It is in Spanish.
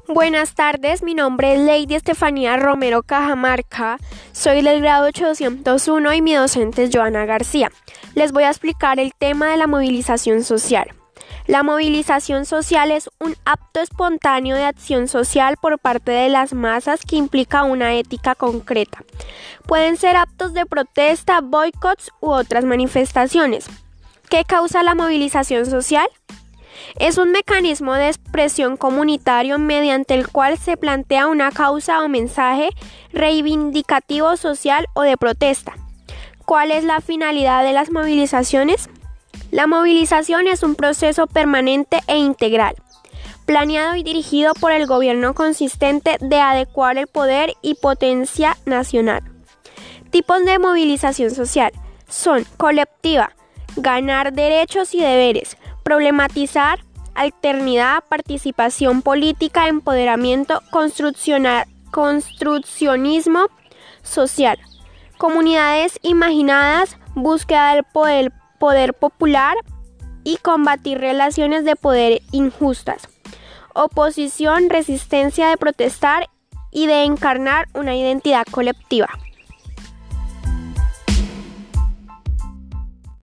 Buenas tardes, mi nombre es Lady Estefanía Romero Cajamarca, soy del grado 801 y mi docente es Joana García. Les voy a explicar el tema de la movilización social. La movilización social es un acto espontáneo de acción social por parte de las masas que implica una ética concreta. Pueden ser actos de protesta, boicots u otras manifestaciones. ¿Qué causa la movilización social? Es un mecanismo de expresión comunitario mediante el cual se plantea una causa o mensaje reivindicativo social o de protesta. ¿Cuál es la finalidad de las movilizaciones? La movilización es un proceso permanente e integral, planeado y dirigido por el gobierno consistente de adecuar el poder y potencia nacional. Tipos de movilización social son colectiva, ganar derechos y deberes, problematizar, alternidad, participación política, empoderamiento, construccionismo social, comunidades imaginadas, búsqueda del poder popular y combatir relaciones de poder injustas, oposición, resistencia de protestar y de encarnar una identidad colectiva.